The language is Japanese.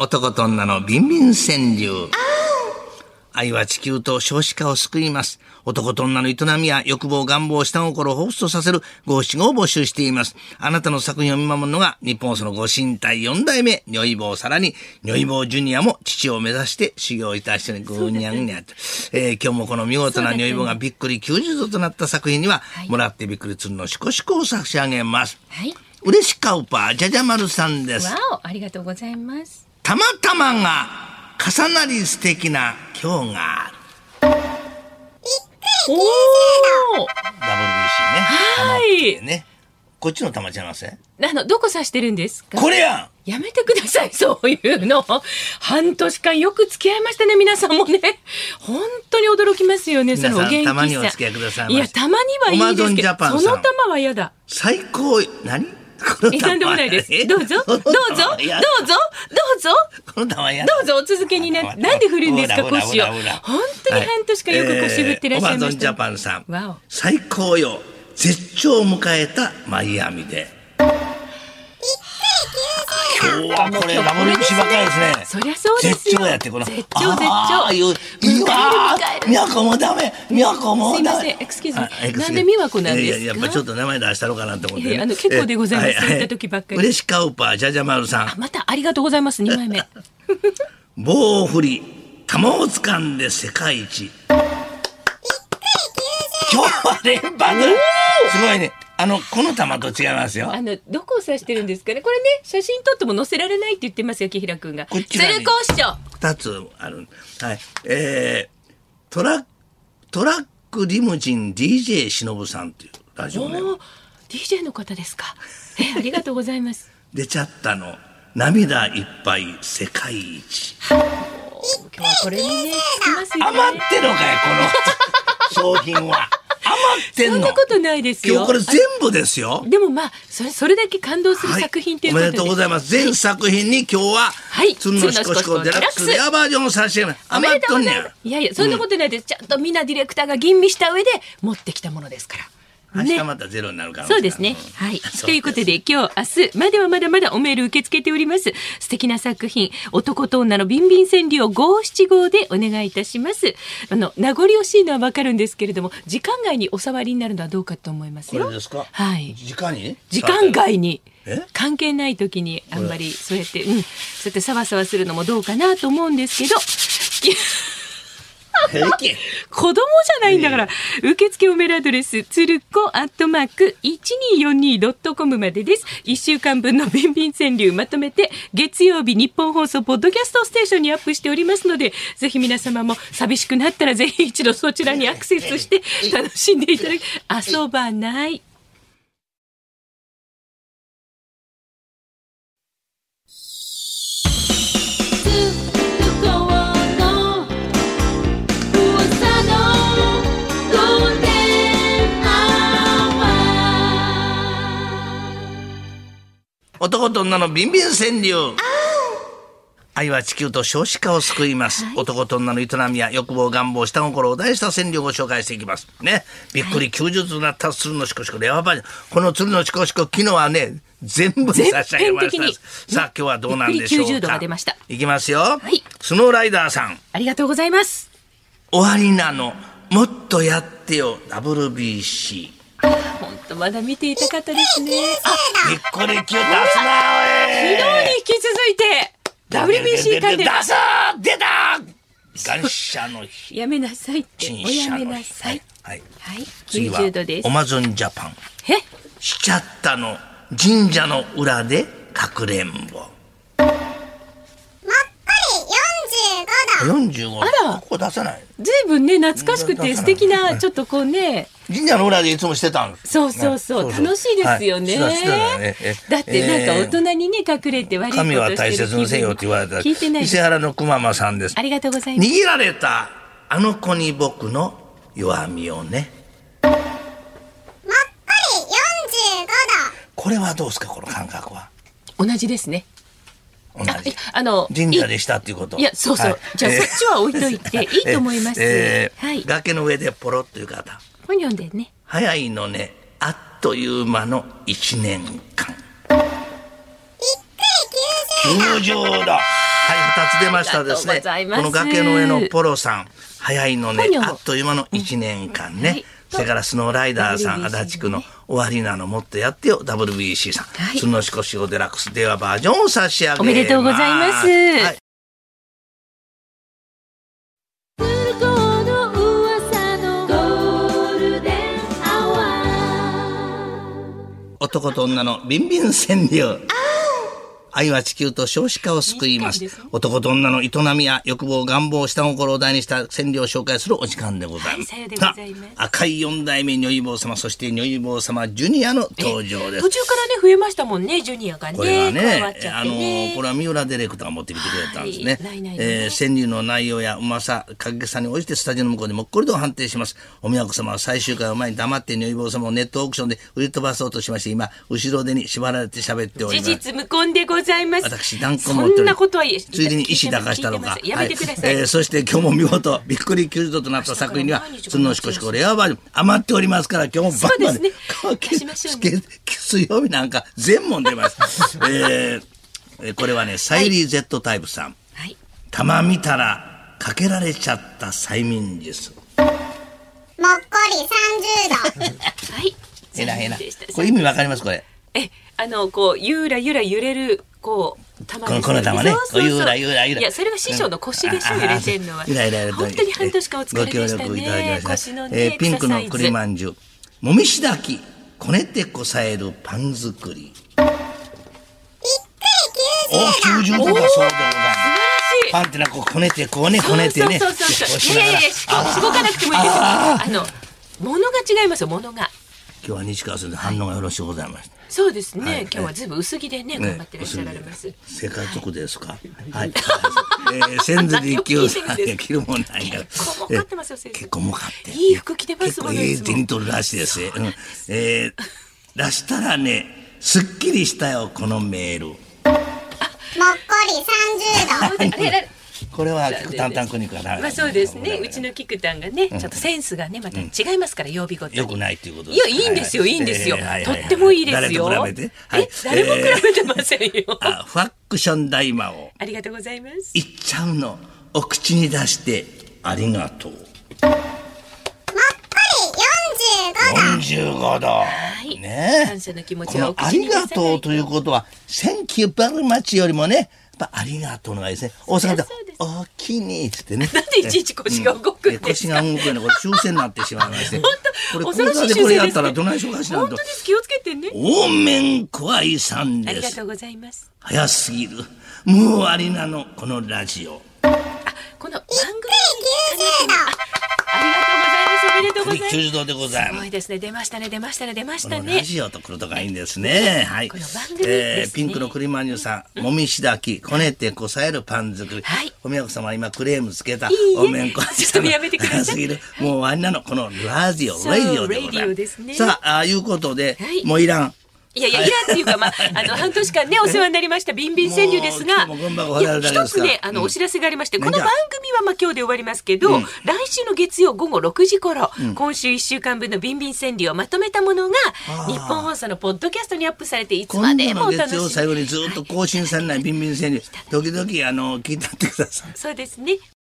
男と女のビンビン川柳。愛は地球と少子化を救います。男と女の営みや欲望、願望、下心を彷彿とさせる五七五を募集しています。あなたの作品を見守るのが日本放送のご神体4代目如意棒、さらに如意棒ジュニアも父を目指して修行いたしてグーニャンニャと、今日もこの見事な如意棒がびっくり90度となった作品には、もらってびっくりつるのシコシコを差し上げます。 はい。 嬉しカウパーじゃじゃ丸さんです。 わお、ありがとうございます。 たまたまが重なり素敵な今日がある。 おー WBC ね。 はいね。こっちの玉ちゃいますね。 どこ指してるんですか？ これやん。 やめてください、そういうの。半年間よく付き合いましたね、皆さんもね。本当に驚きますよね、そのお元気さ。 たまにお付き合いくださいませ。 いや、たまにはいいですけど、その玉は嫌だ。 最高、何なんでもないです。どうぞ、どうぞ、どうぞ、どうぞ。 この玉やどうぞお続けにな。なんで振るんですか、腰を。本当に半年間よく腰振ってらっしゃいました。 オマゾンジャパンさん。 わお。 最高よ。絶頂を迎えたマイアミで。今日はこれ WBC ばっかりですね。 そりゃそうですよ。 絶頂やってこの。 絶頂。 いわー、みやこもダメ。みやこもダメ。 すいません、エクスキューズ。なんでみわこなんですか？ やっぱちょっと名前出したろうかなと思ってね。 結構でございます。そういった時ばっかり。 嬉しカウパーじゃじゃ丸さん。 またありがとうございます。2枚目。 棒を振り、玉を掴んで世界一。今日は連発。すごいね。この玉と違いますよ。 どこを指してるんですかね。これね、写真撮っても載せられないって言ってますよ、木平くんが。 こちらに鶴光師匠。 2つある。はい。トラックリムジン DJ しのぶさんというラジオネーム。 DJ の方ですか。ありがとうございます。 出ちゃったの。涙いっぱい世界一。 今日はこれにね、つきますよね。 余ってんのかよ、この商品は。余ってんの。 そんなことないですよ。 今日これ全部ですよ。 でもまあそれだけ感動する作品ということで、 おめでとうございます。全作品に今日は鶴のしこしこデラックスレアバージョンを差し上げます。余っとんねん。 いやいや、そんなことないです。ちゃんとみんなディレクターが吟味した上で持ってきたものですから。 明日またゼロになるから。 そうですね。はい。ということで今日明日まではまだまだおメール受け付けております。素敵な作品、男と女のビンビン川柳を575でお願いいたします。名残惜しいのはわかるんですけれども、時間外にお触りになるのはどうかと思いますよ。 これですか？ はい。 時間外に。関係ない時にあんまりそうやって、そうやってサワサワするのもどうかなと思うんですけど。子供じゃないんだから。受付おメールアドレスつるこ@1242.com までです。1週間分のビンビン川柳まとめて月曜日日本放送ポッドキャストステーションにアップしておりますので、ぜひ皆様も寂しくなったらぜひ一度そちらにアクセスして楽しんでいただき、遊ばない男と女のビンビン川柳。愛は地球と少子化を救います。男と女の営みや欲望、願望、下心を題した川柳をご紹介していきますね。びっくり90度になった鶴のしこしこレアバージョン。この鶴のしこしこ昨日はね全部に差し上げました。さあ今日はどうなんでしょうか。 びっくり90度が出ました。 いきますよ。 はい。 スノーライダーさん。 ありがとうございます。 終わりなの。もっとやってよ WBC。 本当まだ見ていたかったですね。 びっくり9出すなおい。 昨日に引き続いて WBC 関連出た感謝の日。 やめなさいっておやめなさい。 はい。 次は90度です。 オマゾンジャパン。しちゃったの神社の裏でかくれんぼ。45度。 あら、 ここ出さない。 ずいぶんね懐かしくて素敵なちょっとこうね。 神社の裏でいつもしてたんです。 そう楽しいですよね。だってなんか大人にね隠れて悪いことしてる。 神は大切にせよって言われた。 聞いてない。 伊勢原のくままさんです。 ありがとうございます。 握られたあの子に僕の弱みをね。 もっこり45度。 これはどうですか、この感覚は。 同じですね。 同じ。神社でしたっていうこと。 いやそう、じゃあそっちは置いといていいと思います。 崖の上でポロッという方。 本読んでね。 早いのね、あっという間の1年間。90度。ははい、2つ出ましたですね。 ありがとうございますこの崖の上のポロさん、早いのねポニョ、 あっという間の1年間ね。 はい、 それからスノーライダーさん、 WBC 足立区の終わりなのもっとやってよ WBC さん、 はい鶴のしこしおデラックス電話バージョンを差し上げます。 おめでとうございます。 はい、男と女のビンビン川柳。愛は地球と少子化を救います。男と女の営みや欲望、願望、下心を題にした川柳を紹介するお時間でございます。 はい、さようでございます。 赤い四代目如意棒様、そして如意棒様ジュニアの登場です。 途中からね増えましたもんね、ジュニアがね。 これは加わっね、 ちゃってね。 これは三浦ディレクターが持ってきてくれたんですね。 はいないね川柳の内容やうまさ、過激さに応じてスタジオの向こうでもっこりと判定します。お宮子様は最終回を前に黙って如意棒様をネットオークションで売り飛ばそうとしまして、今後ろ手に縛られて喋っております。 事実無根でございます。 私断固そ持っておりんなことは言え、 ついでに石高したのか。 やめてください。 はい、そして今日も見事びっくり90度となった作品には鶴のしこしこレアバージョン余っておりますから、今日も晩まで出しましょうね。 水曜日なんか全問出ます。これはね、サイリー Z タイプさん、 はい、 玉見たらかけられちゃった催眠術。 もっこり30度。 はい。 えらいな。これ意味わかりますこれ？ こうゆらゆら揺れるこう玉ですね。 この玉ね。 そうゆらゆらゆら。 いや、それは師匠の腰でしょ、揺れてんのは。 ゆらゆらゆら。 本当に半年間お疲れでしたね。 ご協力いただきました。 腰のね、 ピンクの栗まんじゅう、もみしだき、こねてこさえるパン作り。90度だそうでございます。パンってなんかこねてこねてね。 そう。いや、しごかなくてもいいです。物が違いますよ、物が。 今日は西川先生反応がよろしゅうございました。 そうですね。今日はずいぶん薄着でね、頑張ってらっしゃられます。 世界得ですか。はい。千鶴一級さんが着るもんないから。 結構儲かってますよ、先生。 結構儲かって。 いい服着てますもんね。 結構手に取るらしいですよ。出したらね、すっきりしたよこのメール。 もっこり30度。 これは菊丹丹クニックがまあそうですね。うちの菊丹がね、ちょっとセンスがねまた違いますから、曜日ごとに。 良くないっていうことです。いや、いいんですよ、いいんですよ。とってもいいですよ。 誰と比べて？ 誰も比べてませんよ。 ファックション大魔王。 ありがとうございます。 言っちゃうの。お口に出してありがとう。45度。 はい。 ね。 感謝の気持ちはおあり口に出さないと。 がとうということは、Thank you very much よりもね、ありがとうのがいいですね。大阪でおきにっつってね。 なんでいちいち腰が動くんですか。 腰が動くよね。これ修正になってしまいまして。 本当。恐ろしい修正ですね。 これやったらどないしようかしらんと。 本当です。気をつけてね。 大面怖いさんです。 ありがとうございます。 早すぎる。もうありなのこのラジオ。 この番組。ありがとうございます。おめでとうございます。 90度でございます。 すごいですね。出ましたね。 このラジオと来るとかいいんですね。はい。 この番組ですね。 ピンクの栗まんじゅうさん、もみしだき、こねてこさえるパン作り。 はい。 おみやこ様は今クレームつけた。 おめんこちょっとやめてください。 早すぎる。もうあんなのこのラジオでございます。 ね。 さあ、いうことで、もういらん。 いらんっていうか、半年間ね、お世話になりました、ビンビン川柳ですが、一つね、お知らせがありまして、この番組は今日で終わりますけど、来週の月曜午後6時頃、今週1週間分のビンビン川柳をまとめたものが、日本放送のポッドキャストにアップされて、いつまでもお楽しみ。 今度の月曜最後にずっと更新されないビンビン川柳、時々聞いてってください。 そうですね。